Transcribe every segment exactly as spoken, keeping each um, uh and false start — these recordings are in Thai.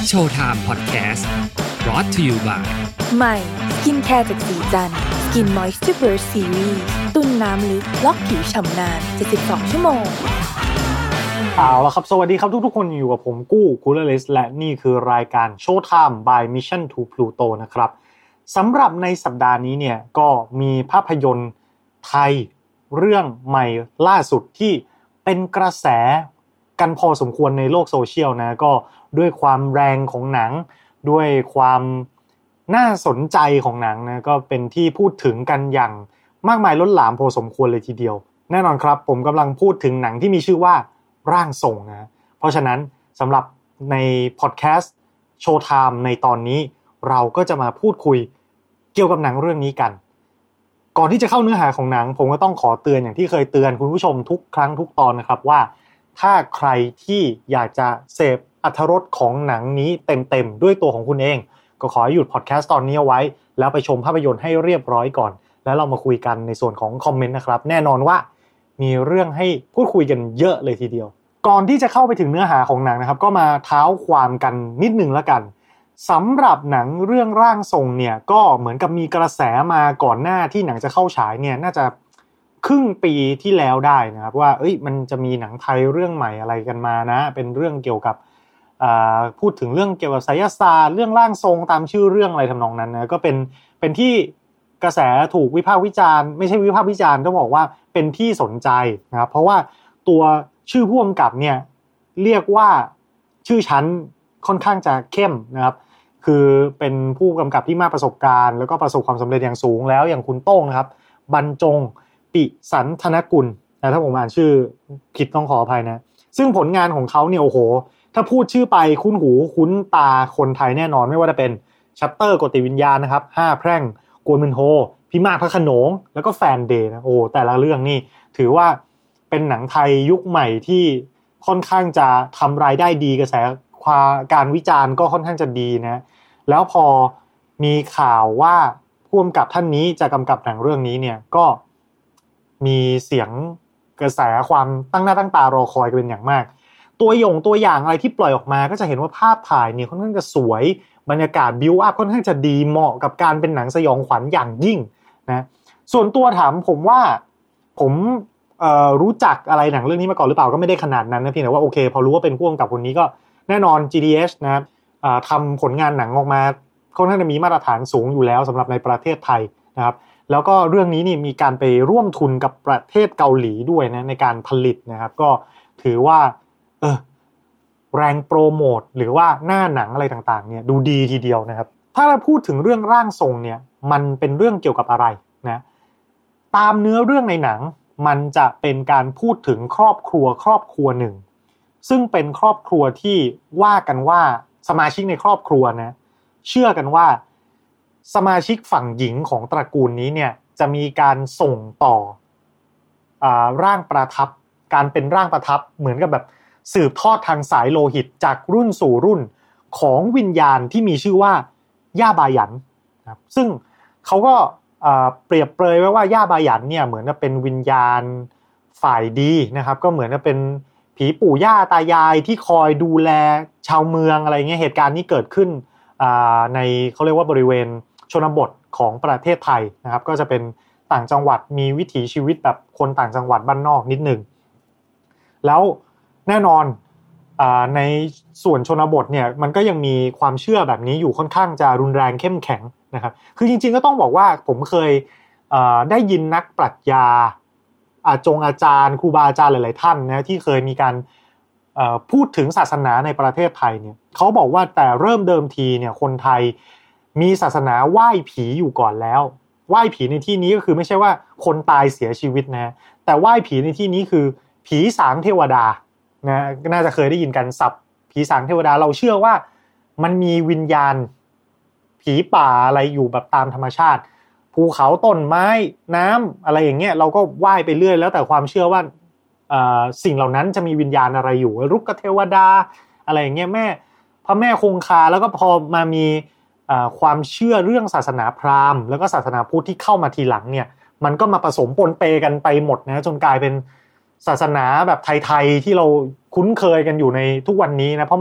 โชว์ไทม์พอดแคสต์ brought to you by ใหม่สกินแคร์จากสีจันทร์ Skin Moisture Burst Series ตุ้นน้ำลึกล็อกผิวฉ่ำนานเจ็ดสิบสองชั่วโมงเอาล่ะครับสวัสดีครับทุกๆคนอยู่กับผมกู้คูลเลสและนี่คือรายการ Showtime by Mission to Pluto นะครับสำหรับในสัปดาห์นี้เนี่ยก็มีภาพยนตร์ไทยเรื่องใหม่ล่าสุดที่เป็นกระแสกันพอสมควรในโลกโซเชียลนะก็ด้วยความแรงของหนังด้วยความน่าสนใจของหนังนะก็เป็นที่พูดถึงกันอย่างมากมายล้นหลามพอสมควรเลยทีเดียวแน่นอนครับผมกำลังพูดถึงหนังที่มีชื่อว่าร่างทรงนะเพราะฉะนั้นสำหรับในพอดแคสต์โชว์ไทม์ในตอนนี้เราก็จะมาพูดคุยเกี่ยวกับหนังเรื่องนี้กันก่อนที่จะเข้าเนื้อหาของหนังผมก็ต้องขอเตือนอย่างที่เคยเตือนคุณผู้ชมทุกครั้งทุกตอนนะครับว่าถ้าใครที่อยากจะเสพอรรถรสของหนังนี้เต็มๆด้วยตัวของคุณเองก็ขอให้หยุดพอดแคสต์ตอนนี้เอาไว้แล้วไปชมภาพยนตร์ให้เรียบร้อยก่อนแล้วเรามาคุยกันในส่วนของคอมเมนต์นะครับแน่นอนว่ามีเรื่องให้พูดคุยกันเยอะเลยทีเดียวก่อนที่จะเข้าไปถึงเนื้อหาของหนังนะครับก็มาเท้าความกันนิดนึงแล้วกันสำหรับหนังเรื่องร่างทรงเนี่ยก็เหมือนกับมีกระแสมาก่อนหน้าที่หนังจะเข้าฉายเนี่ยน่าจะครึ่งปีที่แล้วได้นะครับว่าเอ้ยมันจะมีหนังไทยเรื่องใหม่อะไรกันมานะเป็นเรื่องเกี่ยวกับอ่าพูดถึงเรื่องเกี่ยวกับไสยศาสตร์เรื่องร่างทรงตามชื่อเรื่องอะไรทำนองนั้นนะก็เป็นเป็นที่กระแสถูกวิพากษ์วิจารณ์ไม่ใช่วิพากษ์วิจารณ์ต้องบอกว่าเป็นที่สนใจนะครับเพราะว่าตัวชื่อผู้กำกับเนี่ยเรียกว่าชื่อชั้นค่อนข้างจะเข้มนะครับคือเป็นผู้กำกับที่มากประสบการณ์แล้วก็ประสบความสำเร็จอย่างสูงแล้วอย่างคุณโต้งนะครับบรรจงปิสันธนกุลนะถ้าผมอ่านชื่อผิดต้องขออภัยนะซึ่งผลงานของเขาเนี่ยโอ้โหถ้าพูดชื่อไปคุ้นหูคุ้นตาคนไทยแน่นอนไม่ว่าจะเป็นชัตเตอร์กฎติวิญญาณนะครับห้าแพร่งกวนมึนโฮพี่มากพระโขนงแล้วก็แฟนเดย์นะโอ้แต่ละเรื่องนี่ถือว่าเป็นหนังไทยยุคใหม่ที่ค่อนข้างจะทำรายได้ดีกระแสการวิจารณ์ก็ค่อนข้างจะดีนะแล้วพอมีข่าวว่าผู้กำกับท่านนี้จะกำกับหนังเรื่องนี้เนี่ยก็มีเสียงกระแสความตั้งหน้าตั้งตารอคอยกันเป็นอย่างมากตัวอย่างตัวอย่างอะไรที่ปล่อยออกมาก็จะเห็นว่าภาพถ่ายเนี่ยค่อนข้างจะสวยบรรยากาศบิวอัพค่อนข้างจะดีเหมาะกับการเป็นหนังสยองขวัญอย่างยิ่งนะส่วนตัวถามผมว่าผมเอ่อรู้จักอะไรหนังเรื่องนี้มาก่อนหรือเปล่าก็ไม่ได้ขนาดนั้นนะเพียงแต่ว่าโอเคพอรู้ว่าเป็นผู้กำกับคนนี้ก็แน่นอน จี ดี เอช นะครับอ่าทำผลงานหนังออกมาค่อนข้างจะมีมาตรฐานสูงอยู่แล้วสำหรับในประเทศไทยนะครับแล้วก็เรื่องนี้นี่มีการไปร่วมทุนกับประเทศเกาหลีด้วยนะในการผลิตนะครับก็ถือว่าเออแรงโปรโมทหรือว่าหน้าหนังอะไรต่างๆเนี่ยดูดีทีเดียวนะครับถ้าเราพูดถึงเรื่องร่างทรงเนี่ยมันเป็นเรื่องเกี่ยวกับอะไรนะตามเนื้อเรื่องในหนังมันจะเป็นการพูดถึงครอบครัวครอบครัวหนึ่งซึ่งเป็นครอบครัวที่ว่ากันว่าสมาชิกในครอบครัวนะเชื่อกันว่าสมาชิกฝั่งหญิงของตระกูลนี้เนี่ยจะมีการส่งต่ออ่าร่างประทับการเป็นร่างประทับเหมือนกับแบบสืบทอดทางสายโลหิตจากรุ่นสู่รุ่นของวิญญาณที่มีชื่อว่าย่าบายันนะครับซึ่งเขาก็อ่าเปรียบเปรยไว้ว่าย่าบายันเนี่ยเหมือนกับเป็นวิญญาณฝ่ายดีนะครับก็เหมือนกับเป็นผีปู่ย่าตายายที่คอยดูแลชาวเมืองอะไรเงี้ยเหตุการณ์นี้เกิดขึ้นอ่าในเขาเรียกว่าบริเวณชนบทของประเทศไทยนะครับก็จะเป็นต่างจังหวัดมีวิถีชีวิตแบบคนต่างจังหวัดบ้านนอกนิดนึงแล้วแน่นอนอ่าในส่วนชนบทเนี่ยมันก็ยังมีความเชื่อแบบนี้อยู่ค่อนข้างจะรุนแรงเข้มแข็งนะครับคือจริงๆก็ต้องบอกว่าผมเคยอ่าได้ยินนักปรัชญาอาจงอาจารย์ครูบาอาจารย์หลายๆท่านนะที่เคยมีการเอ่อพูดถึงศาสนาในประเทศไทยเนี่ยเขาบอกว่าแต่เริ่มเดิมทีเนี่ยคนไทยมีศาสนาไหว้ผีอยู่ก่อนแล้วไหว้ผีในที่นี้ก็คือไม่ใช่ว่าคนตายเสียชีวิตนะแต่ไหว้ผีในที่นี้คือผีสางเทวดานะน่าจะเคยได้ยินกันศัพท์ผีสางเทวดาเราเชื่อว่ามันมีวิญญาณผีป่าอะไรอยู่แบบตามธรรมชาติภูเขาต้นไม้น้ำอะไรอย่างเงี้ยเราก็ไหว้ไปเรื่อยแล้วแต่ความเชื่อว่าเอ่อสิ่งเหล่านั้นจะมีวิญญาณอะไรอยู่รุกขเทวดาอะไรอย่างเงี้ยแม่พระแม่คงคาแล้วก็พอมามีเอ่อความเชื่อเรื่องศาสนาพราหมณ์แล้วก็ศาสนาพุทธที่เข้ามาทีหลังเนี่ยมันก็มาผสมปนเปกันไปหมดนะจนกลายเป็นศาสนาแบบไทยๆที่เราคุ้นเคยกันอยู่ในทุกวันนี้นะเพราะมัน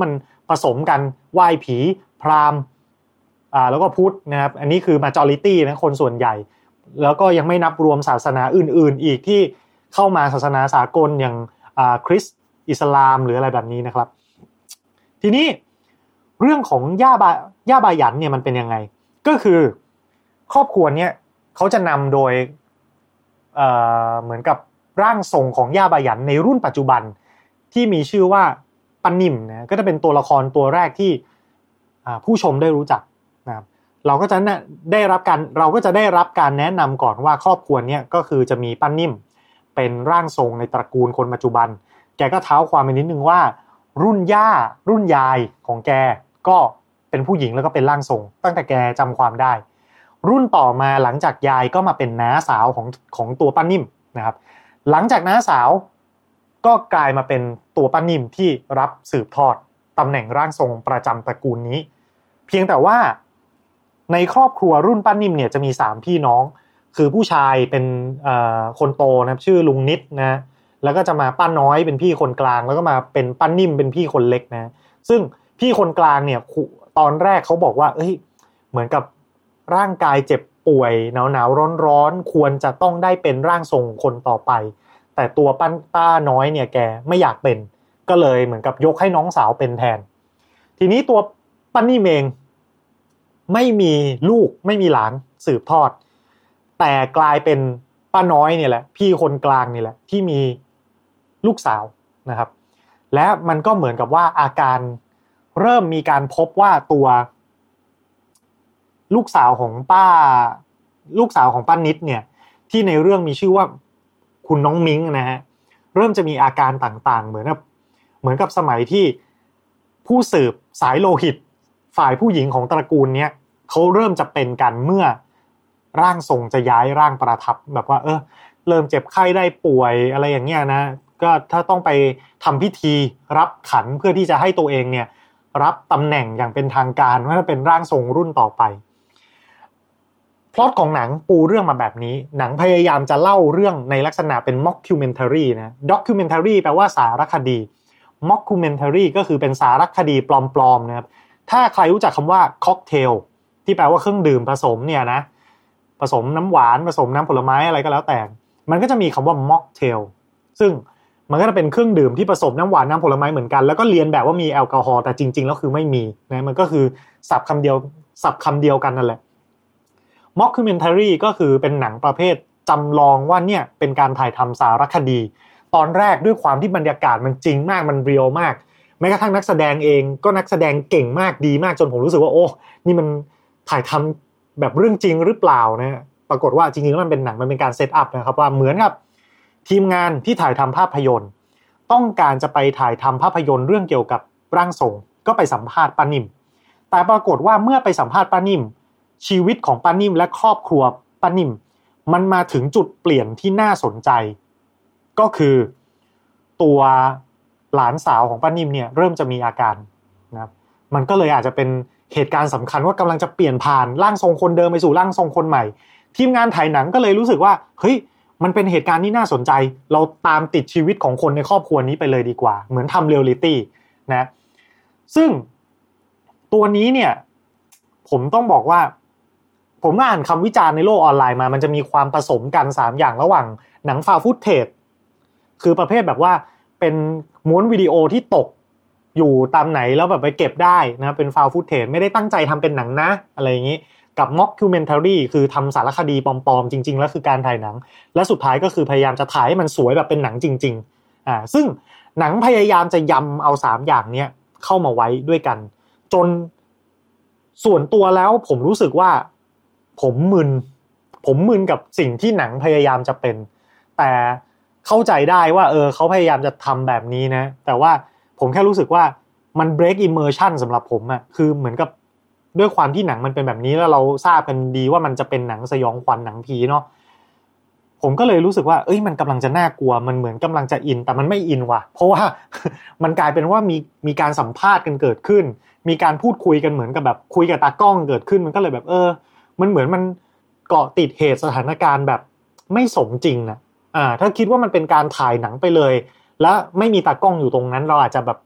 ผสมกันไหว้ผีพราหมณ์อ่าแล้วก็พุทธนะครับอันนี้คือ majority นะคนส่วนใหญ่แล้วก็ยังไม่นับรวมศาสนาอื่นๆอีกที่เข้ามาศาสนาสากลอย่างอ่าคริสต์อิสลามหรืออะไรแบบนี้นะครับทีนี้เรื่องของย่าบาย่าบาหยันเนี่ยมันเป็นยังไงก็คือครอบครัวเนี้ยเขาจะนำโดยเอ่อเหมือนกับร่างทรงของย่าบาหยันในรุ่นปัจจุบันที่มีชื่อว่าปันนิมนะก็จะเป็นตัวละครตัวแรกที่ผู้ชมได้รู้จักนะครับเราก็จะได้รับการเราก็จะได้รับการแนะนำก่อนว่าครอบครัวเนี้ยก็คือจะมีปันนิมเป็นร่างทรงในตระกูลคนปัจจุบันแกก็เท้าความไปนิดนึงว่ารุ่นย่ารุ่นยายของแกก็เป็นผู้หญิงแล้วก็เป็นร่างทรงตั้งแต่แกจำความได้รุ่นต่อมาหลังจากยายก็มาเป็นน้าสาวของของตัวป้านิ่มนะครับหลังจากน้าสาวก็กลายมาเป็นตัวป้านิ่มที่รับสืบทอดตำแหน่งร่างทรงประจำตระกูลนี้เพียงแต่ว่าในครอบครัวรุ่นป้านิ่มเนี่ยจะมีสามพี่น้องคือผู้ชายเป็นเอ่อคนโตนะครับชื่อลุงนิดนะแล้วก็จะมาป้าน้อยเป็นพี่คนกลางแล้วก็มาเป็นป้านิ่มเป็นพี่คนเล็กนะซึ่งพี่คนกลางเนี่ยตอนแรกเขาบอกว่าเอ้ยเหมือนกับร่างกายเจ็บป่วยหนาวๆร้อนๆควรจะต้องได้เป็นร่างทรงคนต่อไปแต่ตัวป้าป้าน้อยเนี่ยแกไม่อยากเป็นก็เลยเหมือนกับยกให้น้องสาวเป็นแทนทีนี้ตัวป้านิ่มเองไม่มีลูกไม่มีหลานสืบทอดแต่กลายเป็นป้าน้อยเนี่ยแหละพี่คนกลางนี่แหละที่มีลูกสาวนะครับและมันก็เหมือนกับว่าอาการเริ่มมีการพบว่าตัวลูกสาวของป้าลูกสาวของป้านิดเนี่ยที่ในเรื่องมีชื่อว่าคุณน้องมิ้งนะฮะเริ่มจะมีอาการต่างๆเหมือนกับเหมือนกับสมัยที่ผู้สืบสายโลหิตฝ่ายผู้หญิงของตระกูลเนี้ยเขาเริ่มจะเป็นกันเมื่อร่างทรงจะย้ายร่างประทับแบบว่าเออเริ่มเจ็บไข้ได้ป่วยอะไรอย่างเงี้ยนะก็ถ้าต้องไปทำพิธีรับขันเพื่อที่จะให้ตัวเองเนี่ยรับตำแหน่งอย่างเป็นทางการว่าจะเป็นร่างทรงรุ่นต่อไปพล็อตของหนังปูเรื่องมาแบบนี้หนังพยายามจะเล่าเรื่องในลักษณะเป็น mockumentary นะ documentary แปลว่าสารคดี mockumentary ก็คือเป็นสารคดีปลอมๆนะครับถ้าใครรู้จักคำว่า cocktail ที่แปลว่าเครื่องดื่มผสมเนี่ยนะผสมน้ำหวานผสมน้ำผลไม้อะไรก็แล้วแต่มันก็จะมีคำว่า mocktail ซึ่งมันก็จะเป็นเครื่องดื่มที่ผสมน้ำหวานน้ำผลไม้เหมือนกันแล้วก็เรียนแบบว่ามีแอลกอฮอล์แต่จริงๆแล้วคือไม่มีนะมันก็คือศัพท์คำเดียวศัพท์คำเดียวกันนั่นแหละ mockumentary ก็คือเป็นหนังประเภทจำลองว่าเนี่ยเป็นการถ่ายทำสารคดีตอนแรกด้วยความที่บรรยากาศมันจริงมากมันเรียลมากแม้กระทั่งนักแสดงเองก็นักแสดงเก่งมากดีมากจนผมรู้สึกว่าโอ้นี่มันถ่ายทำแบบเรื่องจริงหรือเปล่านะปรากฏว่าจริงๆแล้วมันเป็นหนังมันเป็นการเซตอัพนะครับว่าเหมือนกับทีมงานที่ถ่ายทำภาพยนตร์ต้องการจะไปถ่ายทำภาพยนตร์เรื่องเกี่ยวกับร่างทรงก็ไปสัมภาษณ์ป้านิ่มแต่ปรากฏว่าเมื่อไปสัมภาษณ์ป้านิ่มชีวิตของป้านิ่มและครอบครัวป้านิ่มมันมาถึงจุดเปลี่ยนที่น่าสนใจก็คือตัวหลานสาวของป้านิ่มเนี่ยเริ่มจะมีอาการนะครับมันก็เลยอาจจะเป็นเหตุการณ์สำคัญว่ากำลังจะเปลี่ยนผ่านร่างทรงคนเดิมไปสู่ร่างทรงคนใหม่ทีมงานถ่ายหนังก็เลยรู้สึกว่าเฮ้ยมันเป็นเหตุการณ์ที่น่าสนใจเราตามติดชีวิตของคนในครอบครัวนี้ไปเลยดีกว่าเหมือนทำเรียลลิตี้นะซึ่งตัวนี้เนี่ยผมต้องบอกว่าผมอ่านคำวิจารณ์ในโลกออนไลน์มามันจะมีความผสมกันสามอย่างระหว่างหนังฟาวด์ฟุตเทจคือประเภทแบบว่าเป็นม้วนวิดีโอที่ตกอยู่ตามไหนแล้วแบบไปเก็บได้นะเป็นฟาวด์ฟุตเทจไม่ได้ตั้งใจทำเป็นหนังนะอะไรอย่างนี้กับ mockumentary คือทำสารคดีปลอมๆจริงๆแล้วคือการถ่ายหนังและสุดท้ายก็คือพยายามจะถ่ายให้มันสวยแบบเป็นหนังจริงๆอ่าซึ่งหนังพยายามจะยำเอาสามอย่างเนี้ยเข้ามาไว้ด้วยกันจนส่วนตัวแล้วผมรู้สึกว่าผมมึนผมมึนกับสิ่งที่หนังพยายามจะเป็นแต่เข้าใจได้ว่าเออเขาพยายามจะทำแบบนี้นะแต่ว่าผมแค่รู้สึกว่ามัน break immersion สำหรับผมอ่ะคือเหมือนกับด้วยความที่หนังมันเป็นแบบนี้แล้วเราทราบกันดีว่ามันจะเป็นหนังสยองขวัญหนังผีเนาะผมก็เลยรู้สึกว่าเอ้ยมันกำลังจะน่ากลัวมันเหมือนกำลังจะอินแต่มันไม่อินว่ะเพราะว่า มันกลายเป็นว่ามีมีการสัมภาษณ์กันเกิดขึ้นมีการพูดคุยกันเหมือนกับแบบคุยกับตากล้องเกิดขึ้นมันก็เลยแบบเออมันเหมือนมันเกาะติดเหตุสถานการณ์แบบไม่สมจริงนะอ่าถ้าคิดว่ามันเป็นการถ่ายหนังไปเลยแล้วไม่มีตากล้องอยู่ตรงนั้นเราอาจจะแบบ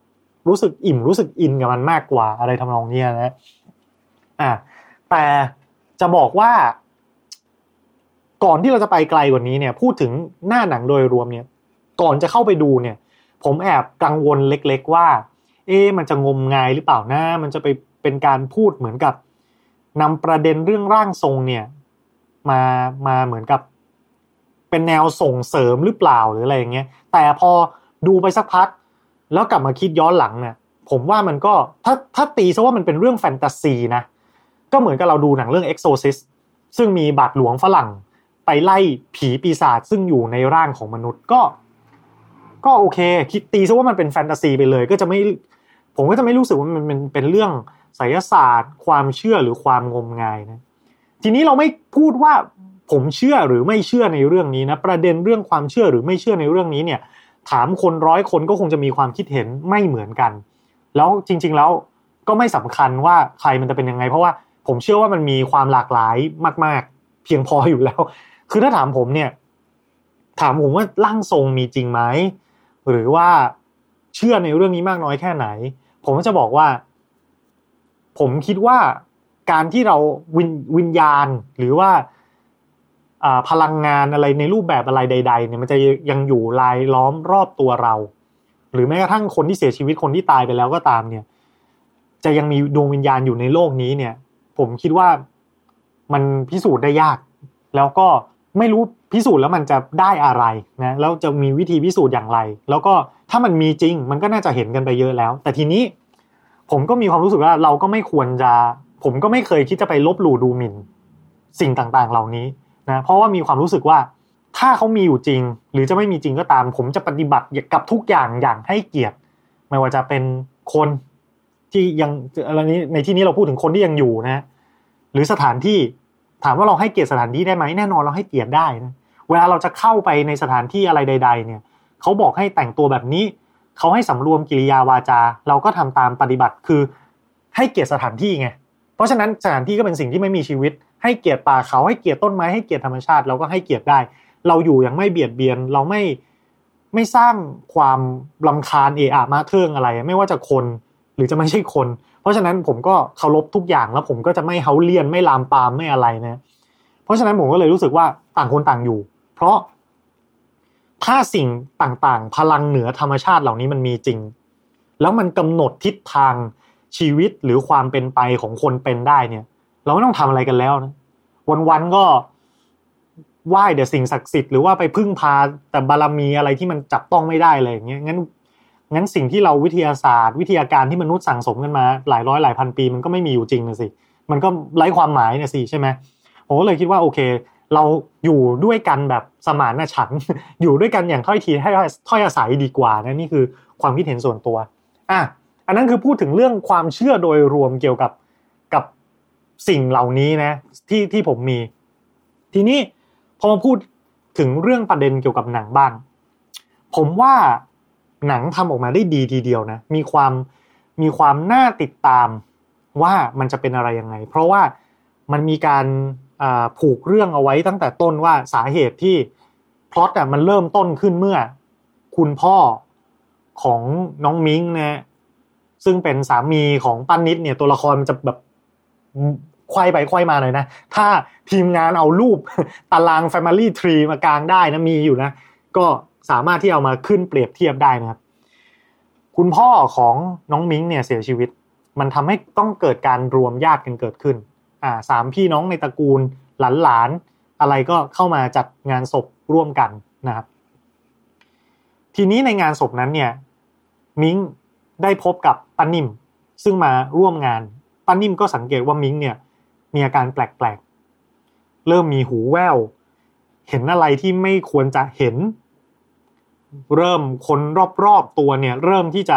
รู้สึกอิ่มรู้สึกอินกับมันมากกว่าอะไรทำนองนี้นะอ่ะแต่จะบอกว่าก่อนที่เราจะไปไกลกว่านี้เนี่ยพูดถึงหน้าหนังโดยรวมเนี่ยก่อนจะเข้าไปดูเนี่ยผมแอบกังวลเล็กๆว่าเอ๊ะมันจะงมงายหรือเปล่านะมันจะไปเป็นการพูดเหมือนกับนำประเด็นเรื่องร่างทรงเนี่ยมามาเหมือนกับเป็นแนวส่งเสริมหรือเปล่าหรืออะไรอย่างเงี้ยแต่พอดูไปสักพักแล้วกลับมาคิดย้อนหลังเนี่ยผมว่ามันก็ถ้าถ้าตีซะว่ามันเป็นเรื่องแฟนตาซีนะก็เหมือนกับเราดูหนังเรื่อง Exorcist ซึ่งมีบาทหลวงฝรั่งไปไล่ผีปีศาจซึ่งอยู่ในร่างของมนุษย์ก็ก็โอเคคิดตีซะว่ามันเป็นแฟนตาซีไปเลยก็จะไม่ผมก็จะไม่รู้สึกว่ามันเป็นเป็นเรื่องไสยศาสตร์ความเชื่อหรือความงมงายนะทีนี้เราไม่พูดว่าผมเชื่อหรือไม่เชื่อในเรื่องนี้นะประเด็นเรื่องความเชื่อหรือไม่เชื่อในเรื่องนี้เนี่ยถามคนร้อยคนก็คงจะมีความคิดเห็นไม่เหมือนกันแล้วจริงๆแล้วก็ไม่สำคัญว่าใครมันจะเป็นยังไงเพราะว่าผมเชื่อว่ามันมีความหลากหลายมากๆเพียงพออยู่แล้วคือถ้าถามผมเนี่ยถามผมว่าร่างทรงมีจริงไหมหรือว่าเชื่อในเรื่องนี้มากน้อยแค่ไหนผมก็จะบอกว่าผมคิดว่าการที่เราวิญวิญญาณหรือว่าอ่าพลังงานอะไรในรูปแบบอะไรใดๆเนี่ยมันจะยังอยู่รายล้อมรอบตัวเราหรือแม้กระทั่งคนที่เสียชีวิตคนที่ตายไปแล้วก็ตามเนี่ยจะยังมีดวงวิญญาณอยู่ในโลกนี้เนี่ยผมคิดว่ามันพิสูจน์ได้ยากแล้วก็ไม่รู้พิสูจน์แล้วมันจะได้อะไรนะแล้วจะมีวิธีพิสูจน์อย่างไรแล้วก็ถ้ามันมีจริงมันก็น่าจะเห็นกันไปเยอะแล้วแต่ทีนี้ผมก็มีความรู้สึกว่าเราก็ไม่ควรจะผมก็ไม่เคยคิดจะไปลบหลู่ดูหมิ่นสิ่งต่างๆเหล่านี้นะเพราะว่ามีความรู้สึกว่าถ้าเขามีอยู่จริงหรือจะไม่มีจริงก็ตามผมจะปฏิบัติกับทุกอย่างอย่างให้เกียรติไม่ว่าจะเป็นคนที่ยังอะไรนี้ในที่นี้เราพูดถึงคนที่ยังอยู่นะหรือสถานที่ถามว่าเราให้เกียรติสถานที่ได้ไหมแน่นอนเราให้เกียรติได้นะเวลาเราจะเข้าไปในสถานที่อะไรใดๆเนี่ยเขาบอกให้แต่งตัวแบบนี้เขาให้สำรวมกิริยาวาจาเราก็ทำตามปฏิบัติคือให้เกียรติสถานที่ไงเพราะฉะนั้นสถานที่ก็เป็นสิ่งที่ไม่มีชีวิตให้เกียรติป่าเขาให้เกียรติต้นไม้ให้เกียรติธรรมชาติเราก็ให้เกียรติได้เราอยู่อย่างไม่เบียดเบียนเราไม่ไม่สร้างความรำคาญเอะอะมาเทิงอะไรไม่ว่าจะคนหรือจะไม่ใช่คนเพราะฉะนั้นผมก็เคารพทุกอย่างแล้วผมก็จะไม่เฮาเลียนไม่ลามปามไม่อะไรนะเพราะฉะนั้นผมก็เลยรู้สึกว่าต่างคนต่างอยู่เพราะถ้าสิ่งต่างๆพลังเหนือธรรมชาติเหล่านี้มันมีจริงแล้วมันกำหนดทิศทางชีวิตหรือความเป็นไปของคนเป็นได้เนี่ยเราไม่ต้องทำอะไรกันแล้วนะวันๆก็ไหว้แต่สิ่งศักดิ์สิทธิ์หรือว่าไปพึ่งพาแต่บารมีอะไรที่มันจับต้องไม่ได้เลยอย่างเงี้ยงั้นงั้นสิ่งที่เราวิทยาศาสตร์วิทยาการที่มนุษย์สั่งสมกันมาหลายร้อยหลายพันปีมันก็ไม่มีอยู่จริงนะสิมันก็ไร้ความหมายนะสิใช่ไหมผมก็เลยคิดว่าโอเคเราอยู่ด้วยกันแบบสมานฉันท์อยู่ด้วยกันอย่างถ้อยทีให้ถ้อยอาศัยดีกว่านะนี่คือความคิดเห็นส่วนตัวอ่ะอันนั้นคือพูดถึงเรื่องความเชื่อโดยรวมเกี่ยวกับกับสิ่งเหล่านี้นะที่ที่ผมมีทีนี้พอมาพูดถึงเรื่องประเด็นเกี่ยวกับหนังบ้างผมว่าหนังทำออกมาได้ดีทีเดียวนะมีความมีความน่าติดตามว่ามันจะเป็นอะไรยังไงเพราะว่ามันมีการผูกเรื่องเอาไว้ตั้งแต่ต้นว่าสาเหตุที่พล็อตอ่ะมันเริ่มต้นขึ้นเมื่อคุณพ่อของน้องมิ้งนะซึ่งเป็นสามีของป้านิดเนี่ยตัวละครมันจะแบบควายไปควายมาหน่อยนะถ้าทีมงานเอารูปตาราง Family Tree มากางได้นะมีอยู่นะก็สามารถที่เอามาขึ้นเปรียบเทียบได้นะครับคุณพ่อของน้องมิ้งเนี่ยเสียชีวิตมันทำให้ต้องเกิดการรวมญาติกันเกิดขึ้นอ่าสามพี่น้องในตระกูลหลานๆอะไรก็เข้ามาจัดงานศพร่วมกันนะครับทีนี้ในงานศพนั้นเนี่ยมิ้งได้พบกับป้านิ่มซึ่งมาร่วมงานป้านิ่มก็สังเกตว่ามิ้งเนี่ยมีอาการแปลกๆเริ่มมีหูแว่วเห็นอะไรที่ไม่ควรจะเห็นเริ่มคนรอบๆตัวเนี่ยเริ่มที่จะ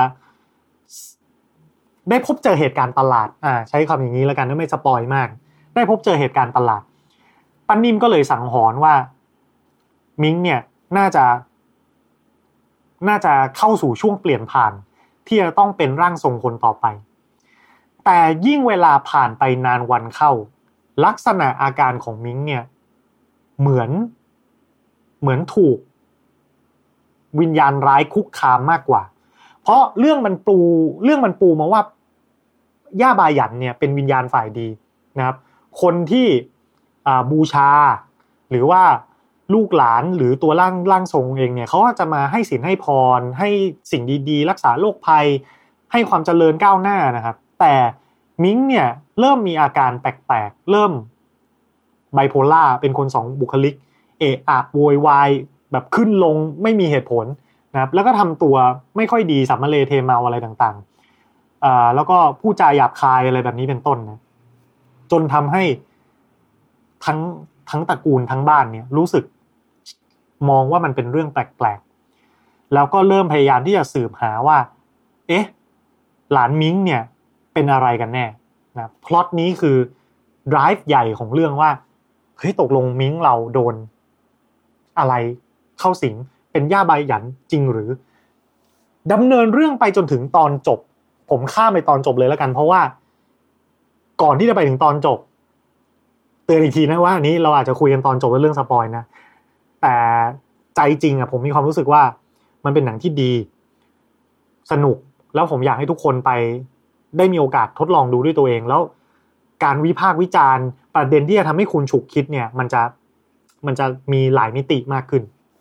ได้พบเจอเหตุการณ์ประหลาดอ่าใช้คำอย่างนี้แล้วกันไม่สปอยมากได้พบเจอเหตุการณ์ประหลาดป้านิ่มก็เลยสังหรณ์ว่ามิ้งเนี่ยน่าจะน่าจะเข้าสู่ช่วงเปลี่ยนผ่านที่จะต้องเป็นร่างทรงคนต่อไปแต่ยิ่งเวลาผ่านไปนานวันเข้าลักษณะอาการของมิ้งเนี่ยเหมือนเหมือนถูกวิญญาณร้ายคุกคามมากกว่าเพราะเรื่องมันปูเรื่องมันปูมาว่าย่าบาหยันเนี่ยเป็นวิญญาณฝ่ายดีนะครับคนที่อ่าบูชาหรือว่าลูกหลานหรือตัวร่างร่างทรงเองเนี่ยเขาก็จะมาให้ศีลให้พรให้สิ่งดีๆรักษาโรคภัยให้ความเจริญก้าวหน้านะครับแต่มิ้งเนี่ยเริ่มมีอาการแปลกๆเริ่มไบโพล่าเป็นคนสองบุคลิกเอะอะโวยวายแบบขึ้นลงไม่มีเหตุผลนะครับแล้วก็ทำตัวไม่ค่อยดีสัมมาเลเทเมาอะไรต่างๆอ่าแล้วก็พูดจาหยาบคายอะไรแบบนี้เป็นต้นนะจนทำให้ทั้งทั้งตระกูลทั้งบ้านเนี่ยรู้สึกมองว่ามันเป็นเรื่องแปลกๆแล้วก็เริ่มพยายามที่จะสืบหาว่าเอ๊ะหลานมิ้งเนี่ยเป็นอะไรกันแน่นะพล็อตนี้คือ drive ใหญ่ของเรื่องว่าเฮ้ยตกลงมิ้งเราโดนอะไรเข้าสิงเป็นย่าใบหยันจริงหรือดำเนินเรื่องไปจนถึงตอนจบผมข้ามไปตอนจบเลยแล้วกันเพราะว่าก่อนที่จะไปถึงตอนจบเตือนอีกทีนะว่าอันนี้เราอาจจะคุยกันตอนจบเรื่องสปอยนะแต่ใจจริงอ่ะผมมีความรู้สึกว่ามันเป็นหนังที่ดีสนุกแล้วผมอยากให้ทุกคนไปได้มีโอกาสทดลองดูด้วยตัวเองแล้วการวิพากษ์วิจารณ์ประเด็นที่จะทำให้คุณฉุกคิดเนี่ยมันจะมันจะมีหลายมิติมากขึ้น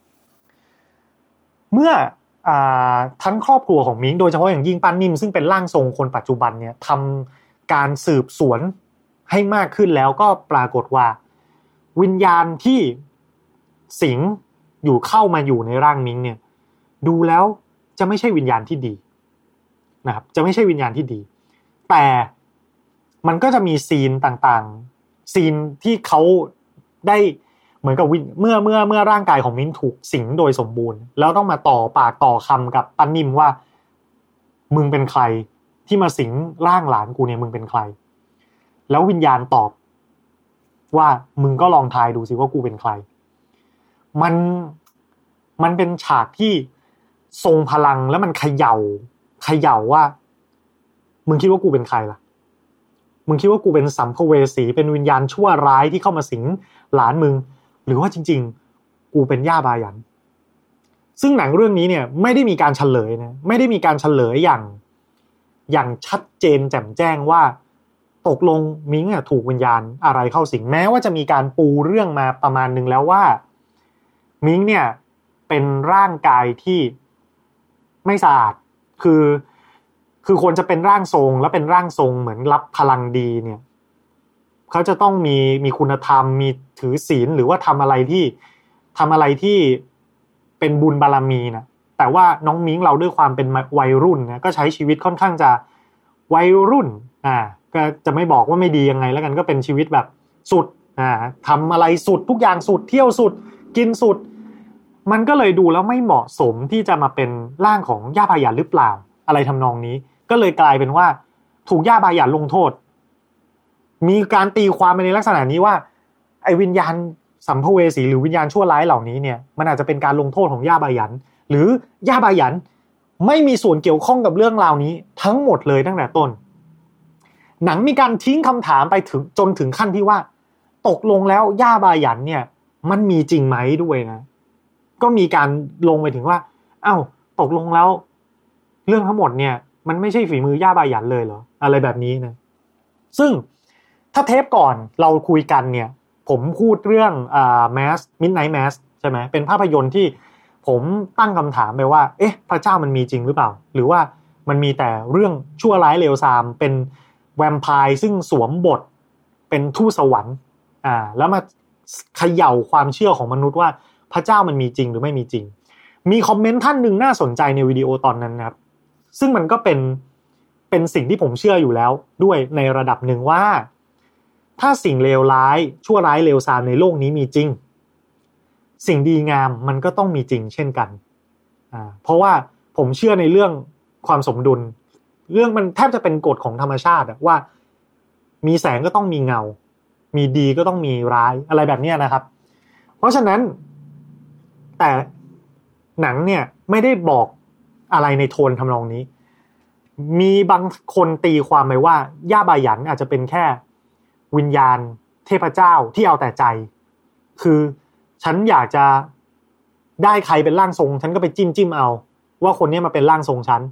เมื่ออ่าทั้งครอบครัวของมิ้งโดยเฉพาะอย่างยิ่งป้านิ่มซึ่งเป็นร่างทรงคนปัจจุบันเนี่ยทำการสืบสวนให้มากขึ้นแล้วก็ปรากฏว่าวิญญาณที่สิงอยู่เข้ามาอยู่ในร่างมิ้งเนี่ยดูแล้วจะไม่ใช่วิญญาณที่ดีนะครับจะไม่ใช่วิญญาณที่ดีแต่มันก็จะมีซีนต่างๆซีนที่เขาได้เหมือนกับเมื่อเมื่อเมื่อร่างกายของมิ้งถูกสิงโดยสมบูรณ์แล้วต้องมาต่อปากต่อคำกับป้านิ่มว่ามึงเป็นใครที่มาสิงร่างหลานกูเนี่ยมึงเป็นใครแล้ววิญญาณตอบว่ามึงก็ลองทายดูสิว่ากูเป็นใครมันมันเป็นฉากที่ทรงพลังแล้วมันเขย่าเขย่าว่ามึงคิดว่ากูเป็นใครล่ะมึงคิดว่ากูเป็นสัมภเวสีเป็นวิญญาณชั่วร้ายที่เข้ามาสิงหลานมึงหรือว่าจริงๆกูเป็นย่าบาหยันซึ่งหนังเรื่องนี้เนี่ยไม่ได้มีการเฉลยนะไม่ได้มีการเฉลยอย่างอย่างชัดเจนแจ่มแจ้งว่าตกลงมิ้งอ่ะถูกวิญญาณอะไรเข้าสิงแม้ว่าจะมีการปูเรื่องมาประมาณนึงแล้วว่ามิ้งเนี่ยเป็นร่างกายที่ไม่สะอาดคือคือคนจะเป็นร่างทรงแล้วเป็นร่างทรงเหมือนรับพลังดีเนี่ยเขาจะต้องมีมีคุณธรรมมีถือศีลหรือว่าทำอะไรที่ทำอะไรที่เป็นบุญบารมีนะแต่ว่าน้องมิ้งเราด้วยความเป็นวัยรุ่นนะก็ใช้ชีวิตค่อนข้างจะวัยรุ่นอ่าก็จะไม่บอกว่าไม่ดียังไงแล้วกันก็เป็นชีวิตแบบสุดอ่าทำอะไรสุดทุกอย่างสุดเที่ยวสุดกินสุดมันก็เลยดูแล้วไม่เหมาะสมที่จะมาเป็นร่างของย่าบาหยันหรือเปล่าอะไรทำนองนี้ก็เลยกลายเป็นว่าถูกย่าบาหยันลงโทษมีการตีความไปในลักษณะนี้ว่าไอ้วิญญาณสัมภเวสีหรือวิญญาณชั่วร้ายเหล่านี้เนี่ยมันอาจจะเป็นการลงโทษของย่าบาหยันหรือย่าบาหยันไม่มีส่วนเกี่ยวข้องกับเรื่องราวนี้ทั้งหมดเลยตั้งแต่ต้นหนังมีการทิ้งคำถามไปถึงจนถึงขั้นที่ว่าตกลงแล้วย่าบาหยันเนี่ยมันมีจริงไหมด้วยนะก็มีการลงไปถึงว่าอ้าวตกลงแล้วเรื่องทั้งหมดเนี่ยมันไม่ใช่ฝีมือย่าบาหยันเลยเหรออะไรแบบนี้นะซึ่งถ้าเทปก่อนเราคุยกันเนี่ยผมพูดเรื่องอ่า Mass Midnight Mass ใช่ไหมเป็นภาพยนตร์ที่ผมตั้งคำถามไปว่าเอ๊ะพระเจ้ามันมีจริงหรือเปล่าหรือว่ามันมีแต่เรื่องชั่วร้ายเลวทรามเป็นแวมไพร์ซึ่งสวมบทเป็นทูตสวรรค์อ่าแล้วมาเขย่าความเชื่อของมนุษย์ว่าพระเจ้ามันมีจริงหรือไม่มีจริงมีคอมเมนต์ท่านหนึ่งน่าสนใจในวิดีโอตอนนั้นนะครับซึ่งมันก็เป็นเป็นสิ่งที่ผมเชื่ออยู่แล้วด้วยในระดับหนึ่งว่าถ้าสิ่งเลวร้ายชั่วร้ายเลวทรามในโลกนี้มีจริงสิ่งดีงามมันก็ต้องมีจริงเช่นกันอ่าเพราะว่าผมเชื่อในเรื่องความสมดุลเรื่องมันแทบจะเป็นกฎของธรรมชาติว่ามีแสงก็ต้องมีเงามีดีก็ต้องมีร้ายอะไรแบบนี้นะครับเพราะฉะนั้นแต่หนังเนี่ยไม่ได้บอกอะไรในโทนทำนองนี้มีบางคนตีความไปว่าย่าบาหยันอาจจะเป็นแค่วิญญาณเทพเจ้าที่เอาแต่ใจคือฉันอยากจะได้ใครเป็นร่างทรงฉันก็ไปจิ้มจิ้มเอาว่าคนนี้มาเป็นร่างทรงฉัน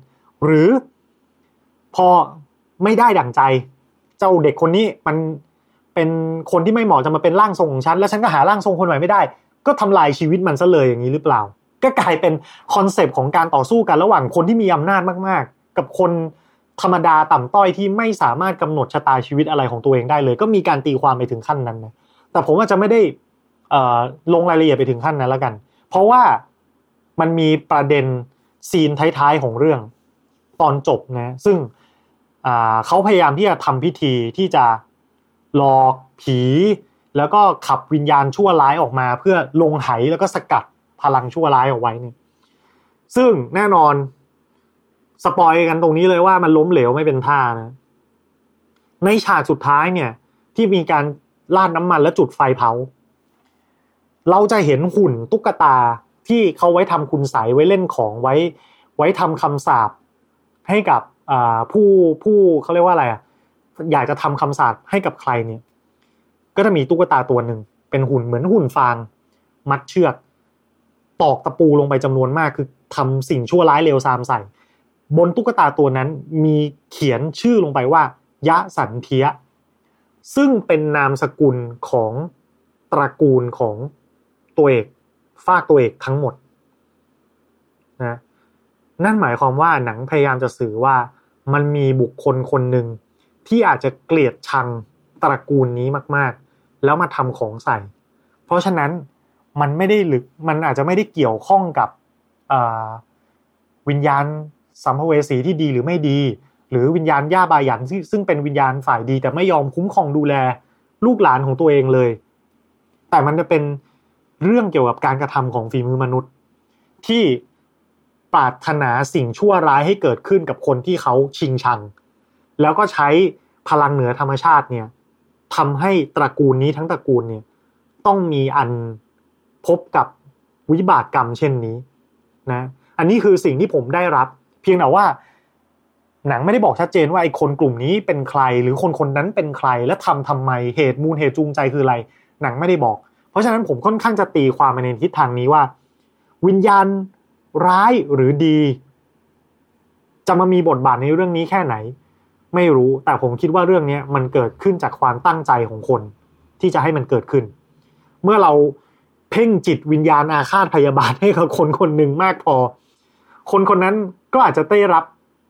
หรือพอไม่ได้ดั่งใจเจ้าเด็กคนนี้มันเป็นคนที่ไม่เหมาะจะมาเป็นร่างทรงของฉันแล้วฉันก็หาร่างทรงคนใหม่ไม่ได้ก็ทำลายชีวิตมันซะเลยอย่างนี้หรือเปล่าก็กลายเป็นคอนเซปต์ของการต่อสู้กันระหว่างคนที่มีอำนาจมากๆกับคนธรรมดาต่ำต้อยที่ไม่สามารถกำหนดชะตาชีวิตอะไรของตัวเองได้เลยก็มีการตีความไปถึงขั้นนั้นนะแต่ผมอาจจะไม่ได้เอ่อลงรายละเอียดไปถึงขั้นนั้นแล้วกันเพราะว่ามันมีประเด็นซีนท้ายๆของเรื่องตอนจบนะซึ่งอ่าเขาพยายามที่จะทำพิธีที่จะหลอกผีแล้วก็ขับวิญญาณชั่วร้ายออกมาเพื่อลงไหแล้วก็สกัดพลังชั่วร้ายเอาไว้เนี่ยซึ่งแน่นอนสปอยกันตรงนี้เลยว่ามันล้มเหลวไม่เป็นท่านะในฉากสุดท้ายเนี่ยที่มีการราดน้ำมันและจุดไฟเผาเราจะเห็นหุ่นตุ๊กตาที่เขาไว้ทำคุณไสยไว้เล่นของไว้ไว้ทำคำสาปให้กับอ่าผู้ผู้เขาเรียกว่าอะไรอ่ะอยากจะทำคำสาปให้กับใครเนี่ยก็จะมีตุ๊กตาตัวหนึ่งเป็นหุ่นเหมือนหุ่นฟางมัดเชือกตอกตะปูลงไปจำนวนมากคือทำสิ่งชั่วร้ายเลวทรามใส่บนตุ๊กตาตัวนั้นมีเขียนชื่อลงไปว่ายะสันเทียซึ่งเป็นนามสกุลของตระกูลของตัวเอกฝากตัวเอกทั้งหมดนะนั่นหมายความว่าหนังพยายามจะสื่อว่ามันมีบุคคลคนหนึ่งที่อาจจะเกลียดชังตระกูลนี้มากๆแล้วมาทำของใส่เพราะฉะนั้นมันไม่ได้หรือมันอาจจะไม่ได้เกี่ยวข้องกับวิญญาณสัมภเวสีที่ดีหรือไม่ดีหรือวิญญาณย่าบาหยันซึ่งเป็นวิญญาณฝ่ายดีแต่ไม่ยอมคุ้มครองดูแลลูกหลานของตัวเองเลยแต่มันจะเป็นเรื่องเกี่ยวกับการกระทำของฝีมือมนุษย์ที่ปรารถนาสิ่งชั่วร้ายให้เกิดขึ้นกับคนที่เขาชิงชังแล้วก็ใช้พลังเหนือธรรมชาติเนี่ยทำให้ตระกูลนี้ทั้งตระกูลเนี่ยต้องมีอันพบกับวิบากกรรมเช่นนี้นะอันนี้คือสิ่งที่ผมได้รับเพียงแต่ว่าหนังไม่ได้บอกชัดเจนว่าไอ้คนกลุ่มนี้เป็นใครหรือคนคนนั้นเป็นใครและทำทำไมเหตุมูลเหตุจูงใจคืออะไรหนังไม่ได้บอกเพราะฉะนั้นผมค่อนข้างจะตีความไปในทิศทางนี้ว่าวิญญาณร้ายหรือดีจะมามีบทบาทในเรื่องนี้แค่ไหนไม่รู้แต่ผมคิดว่าเรื่องนี้มันเกิดขึ้นจากความตั้งใจของคนที่จะให้มันเกิดขึ้นเมื่อเราเพ่งจิตวิญญาณอาฆาตพยาบาทให้กับคนคนหนึ่งมากพอคนคนนั้นก็อาจจะได้รับ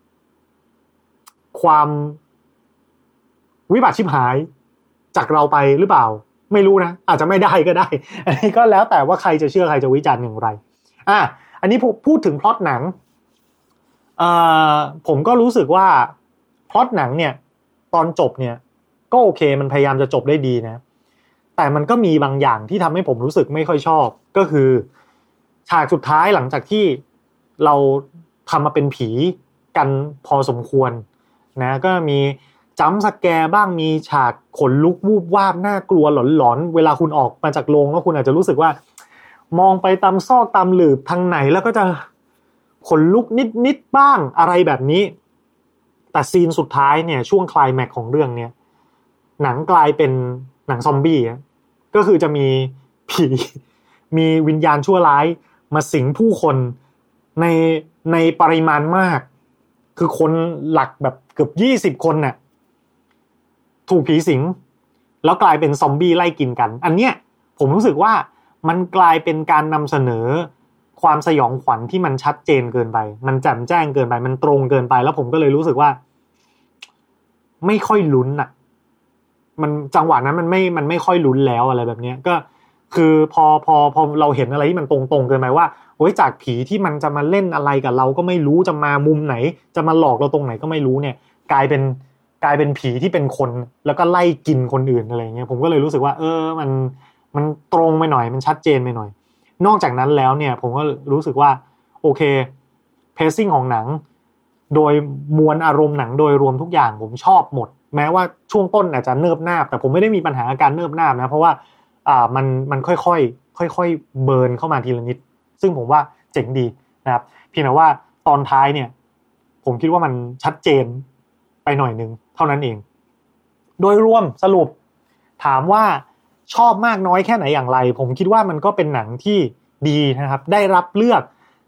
ความวิบัติชิบหายจากเราไปหรือเปล่าไม่รู้นะอาจจะไม่ได้ก็ได้อันนี้ก็แล้วแต่ว่าใครจะเชื่อใครจะวิจารณ์อย่างไรอ่ะอันนี้พูดถึงพล็อตหนังเอ่อผมก็รู้สึกว่าพล็อตหนังเนี่ยตอนจบเนี่ยก็โอเคมันพยายามจะจบได้ดีนะแต่มันก็มีบางอย่างที่ทำให้ผมรู้สึกไม่ค่อยชอบก็คือฉากสุดท้ายหลังจากที่เราทำมาเป็นผีกันพอสมควรนะก็มีจัมป์สแกร์บ้างมีฉากขนลุกวูบวาบน่ากลัวหลอนๆเวลาคุณออกมาจากโรงแล้วคุณอาจจะรู้สึกว่ามองไปตามซอกตามหลืบทางไหนแล้วก็จะขนลุกนิดๆบ้างอะไรแบบนี้แต่ซีนสุดท้ายเนี่ยช่วงไคลแม็กซ์ของเรื่องเนี่ยหนังกลายเป็นหนังซอมบี้ก็คือจะมีผีมีวิญญาณชั่วร้ายมาสิงผู้คนในในปริมาณมากคือคนหลักแบบเกือบยี่สิบคนน่ะถูกผีสิงแล้วกลายเป็นซอมบี้ไล่กินกันอันเนี้ยผมรู้สึกว่ามันกลายเป็นการนำเสนอความสยองขวัญที่มันชัดเจนเกินไปมันแจ่มแจ้งเกินไปมันตรงเกินไปแล้วผมก็เลยรู้สึกว่าไม่ค่อยลุ้นน่ะมันจังหวะนั้นมันไม่มันไม่ค่อยลุ้นแล้วอะไรแบบนี้ก็คือพอพอพอเราเห็นอะไรที่มันตรงๆเกินไปว่าโอ้ยจากผีที่มันจะมาเล่นอะไรกับเราก็ไม่รู้จะมามุมไหนจะมาหลอกเราตรงไหนก็ไม่รู้เนี่ยกลายเป็นกลายเป็นผีที่เป็นคนแล้วก็ไล่กินคนอื่นอะไรเงี้ยผมก็เลยรู้สึกว่าเออมันมันตรงไปหน่อยมันชัดเจนไปหน่อยนอกจากนั้นแล้วเนี่ยผมก็รู้สึกว่าโอเคเพซซิ่งของหนังโดยมวลอารมณ์หนังโดยรวมทุกอย่างผมชอบหมดแม้ว่าช่วงต้นอาจจะเนิบนาบแต่ผมไม่ได้มีปัญหาการเนิบนาบนะเพราะว่าอ่ามันมันค่อยๆค่อยๆเบิร์นเข้ามาทีละนิดซึ่งผมว่าเจ๋งดีนะครับเพียงแต่ว่าตอนท้ายเนี่ยผมคิดว่ามันชัดเจนไปหน่อยนึงเท่านั้นเองโดยรวมสรุปถามว่าชอบมากน้อยแค่ไหนอย่างไรผมคิดว่ามันก็เป็นหนังที่ดีนะครับได้รับเลือก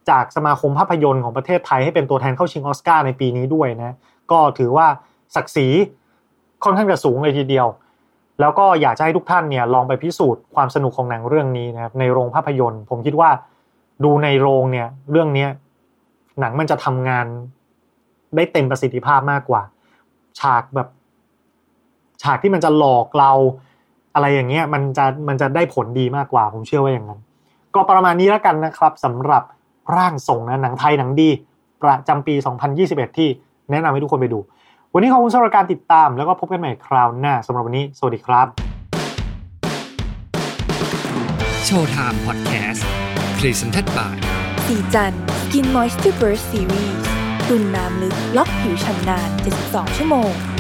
จากสมาคมภาพยนตร์ของประเทศไทยให้เป็นตัวแทนเข้าชิงออสการ์ในปีนี้ด้วยนะก็ถือว่าศักดิ์ศรีค่อนข้างจะสูงเลยทีเดียวแล้วก็อยากจะให้ทุกท่านเนี่ยลองไปพิสูจน์ความสนุกของหนังเรื่องนี้นะครับในโรงภาพยนตร์ผมคิดว่าดูในโรงเนี่ยเรื่องนี้หนังมันจะทำงานได้เต็มประสิทธิภาพมากกว่าฉากแบบฉากที่มันจะหลอกเราอะไรอย่างเงี้ยมันจะมันจะได้ผลดีมากกว่าผมเชื่อว่าอย่างนั้นก็ประมาณนี้แล้วกันนะครับสำหรับร่างทรงนะหนังไทยหนังดีประจำปีสองพันยี่สิบเอ็ดที่แนะนำให้ทุกคนไปดูวันนี้ขอบคุณสำหรับการติดตามแล้วก็พบกันใหม่คราวหน้าสำหรับวันนี้สวัสดีครับโชว์ไทม์พอดแคสต์ Presented by สีจัน Skin Moisture Burst Series ตุ่นน้ำลึกล็อกผิวชำนานเจ็ดสิบสองชั่วโมง